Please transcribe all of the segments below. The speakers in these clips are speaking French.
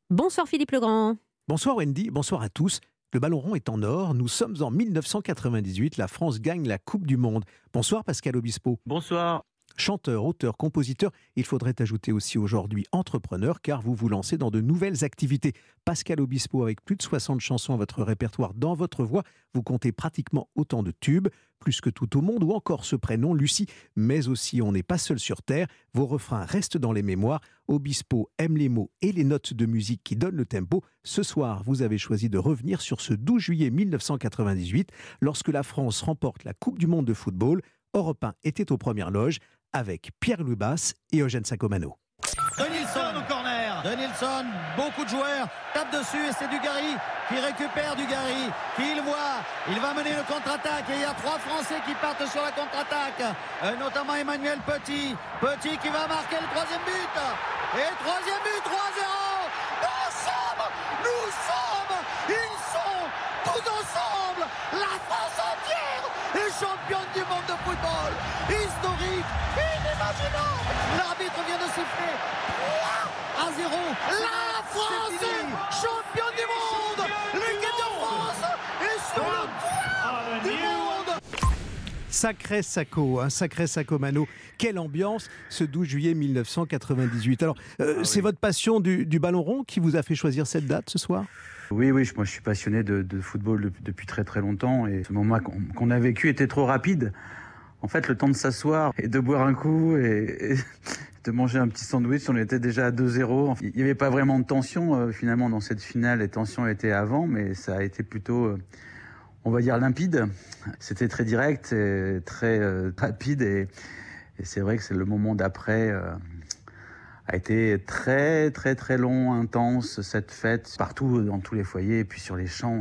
Bonsoir Philippe Legrand. Bonsoir Wendy, bonsoir à tous. Le ballon rond est en or, nous sommes en 1998, la France gagne la Coupe du Monde. Bonsoir Pascal Obispo. Bonsoir. Chanteur, auteur, compositeur, il faudrait ajouter aussi aujourd'hui entrepreneur car vous vous lancez dans de nouvelles activités. Pascal Obispo, avec plus de 60 chansons à votre répertoire dans votre voix, vous comptez pratiquement autant de tubes, plus que tout au monde, ou encore ce prénom, Lucie, mais aussi On n'est pas seul sur Terre. Vos refrains restent dans les mémoires. Obispo aime les mots et les notes de musique qui donnent le tempo. Ce soir, vous avez choisi de revenir sur ce 12 juillet 1998, lorsque la France remporte la Coupe du Monde de football. Europe 1 était aux premières loges avec Pierre-Louis Basse et Eugène Sacomano. Denilson au corner. Denilson, beaucoup de joueurs tapent dessus et c'est Dugarry qui récupère Dugarry, qui il voit. Il va mener le contre-attaque et il y a 3 Français qui partent sur la contre-attaque, notamment Emmanuel Petit. Petit qui va marquer le 3e but. Et 3e but, 3-0. Nous sommes, ils sont tous ensemble. La France entière est championne du monde de football. Historique, inimaginable. L'arbitre vient de siffler 3-0. La France est championne du monde. L'équipe de France est sur le toit du monde. Sacré Sacco, un sacré Sacomano. Quelle ambiance ce 12 juillet 1998. Alors, c'est votre passion du ballon rond qui vous a fait choisir cette date ce soir ? Oui, moi je suis passionné de football depuis très très longtemps et ce moment qu'on a vécu était trop rapide. En fait, le temps de s'asseoir et de boire un coup et de manger un petit sandwich, on était déjà à 2-0. Il n'y avait pas vraiment de tension finalement dans cette finale. Les tensions étaient avant, mais ça a été plutôt, on va dire, limpide. C'était très direct et très rapide et c'est vrai que c'est le moment d'après a été très très très long, intense, cette fête partout dans tous les foyers et puis sur les champs,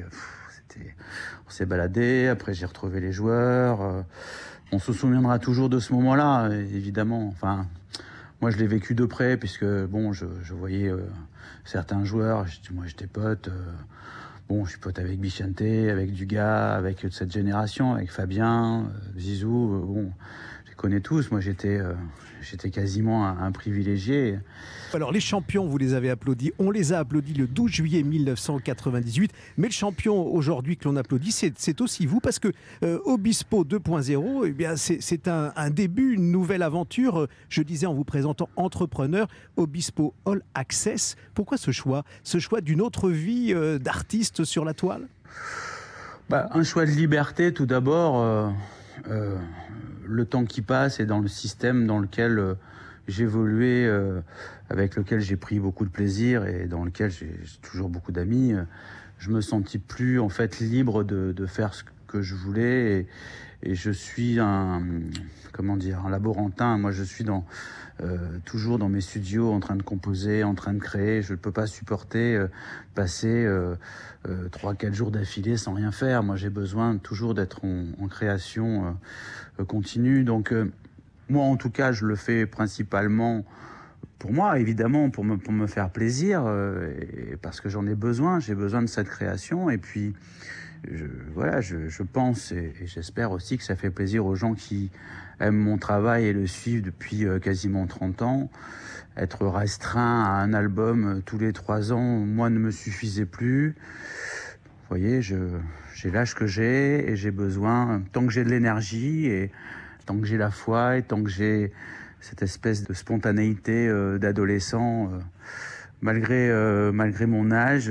on s'est baladé. Après j'ai retrouvé les joueurs. On se souviendra toujours de ce moment-là, évidemment. Enfin, moi je l'ai vécu de près puisque bon, je voyais certains joueurs. Moi j'étais pote. Bon, je suis pote avec Bichente, avec Dugas, avec cette génération, avec Fabien, Zizou. Bon, je les connais tous. Moi, j'étais quasiment un privilégié. Alors, les champions, vous les avez applaudis. On les a applaudis le 12 juillet 1998. Mais le champion aujourd'hui que l'on applaudit, c'est aussi vous, parce que Obispo 2.0, eh bien, c'est un début, une nouvelle aventure. Je disais en vous présentant entrepreneur, Obispo All Access. Pourquoi ce choix d'une autre vie d'artiste sur la toile ? Un choix de liberté, tout d'abord. Le temps qui passe et dans le système dans lequel j'évoluais, avec lequel j'ai pris beaucoup de plaisir et dans lequel j'ai toujours beaucoup d'amis, je me sentis plus en fait libre de faire ce que je voulais et je suis un laborantin. Moi, je suis toujours dans mes studios en train de composer, en train de créer. Je ne peux pas supporter passer 3-4 jours d'affilée sans rien faire. Moi, j'ai besoin toujours d'être en création continue. Donc, moi, en tout cas, je le fais principalement pour moi, évidemment, pour me faire plaisir, et parce que j'en ai besoin. J'ai besoin de cette création. Et puis, je pense et j'espère aussi que ça fait plaisir aux gens qui aiment mon travail et le suivent depuis quasiment 30 ans. Être restreint à un album tous les 3 ans, moi, ne me suffisait plus. Vous voyez, j'ai l'âge que j'ai et j'ai besoin, tant que j'ai de l'énergie et tant que j'ai la foi et tant que j'ai cette espèce de spontanéité d'adolescent, malgré mon âge,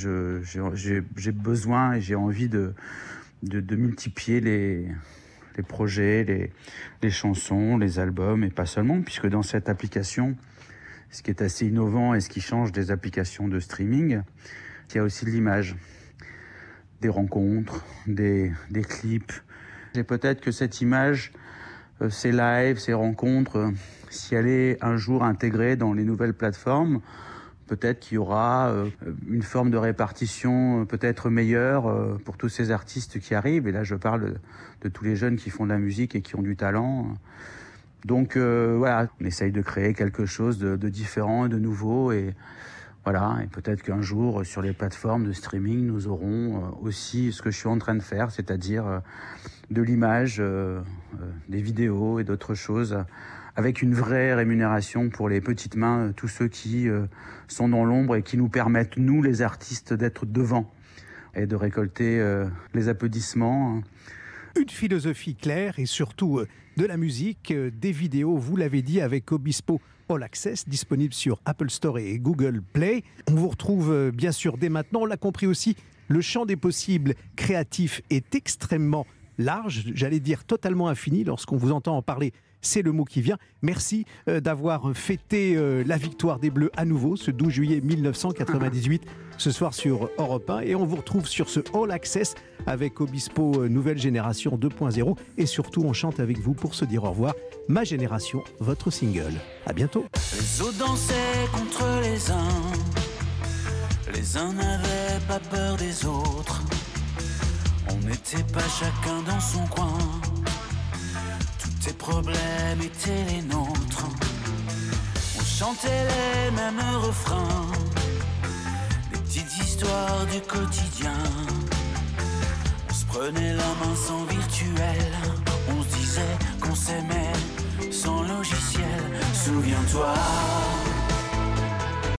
j'ai besoin et j'ai envie de multiplier les projets, les chansons, les albums et pas seulement, puisque dans cette application, ce qui est assez innovant et ce qui change des applications de streaming, il y a aussi de l'image, des rencontres, des clips. Et peut-être que cette image, ces lives, ces rencontres, si elle est un jour intégrée dans les nouvelles plateformes, peut-être qu'il y aura une forme de répartition peut-être meilleure pour tous ces artistes qui arrivent. Et là, je parle de tous les jeunes qui font de la musique et qui ont du talent. Donc voilà, on essaye de créer quelque chose de différent et de nouveau. Et voilà, et peut-être qu'un jour, sur les plateformes de streaming, nous aurons aussi ce que je suis en train de faire, c'est-à-dire de l'image, des vidéos et d'autres choses avec une vraie rémunération pour les petites mains, tous ceux qui sont dans l'ombre et qui nous permettent, nous les artistes, d'être devant et de récolter les applaudissements. Une philosophie claire et surtout de la musique, des vidéos, vous l'avez dit, avec Obispo All Access, disponible sur Apple Store et Google Play. On vous retrouve bien sûr dès maintenant, on l'a compris aussi, le champ des possibles créatifs est extrêmement large, j'allais dire totalement infini. Lorsqu'on vous entend en parler, c'est le mot qui vient. Merci d'avoir fêté la victoire des Bleus à nouveau, ce 12 juillet 1998, ce soir sur Europe 1. Et on vous retrouve sur ce All Access avec Obispo Nouvelle Génération 2.0. Et surtout, on chante avec vous pour se dire au revoir. Ma Génération, votre single. À bientôt. Les autres dansaient contre les uns n'avaient pas peur des autres. On n'était pas chacun dans son coin. Tous tes problèmes étaient les nôtres. On chantait les mêmes refrains, des petites histoires du quotidien. On se prenait la main sans virtuel. On se disait qu'on s'aimait sans logiciel. Souviens-toi.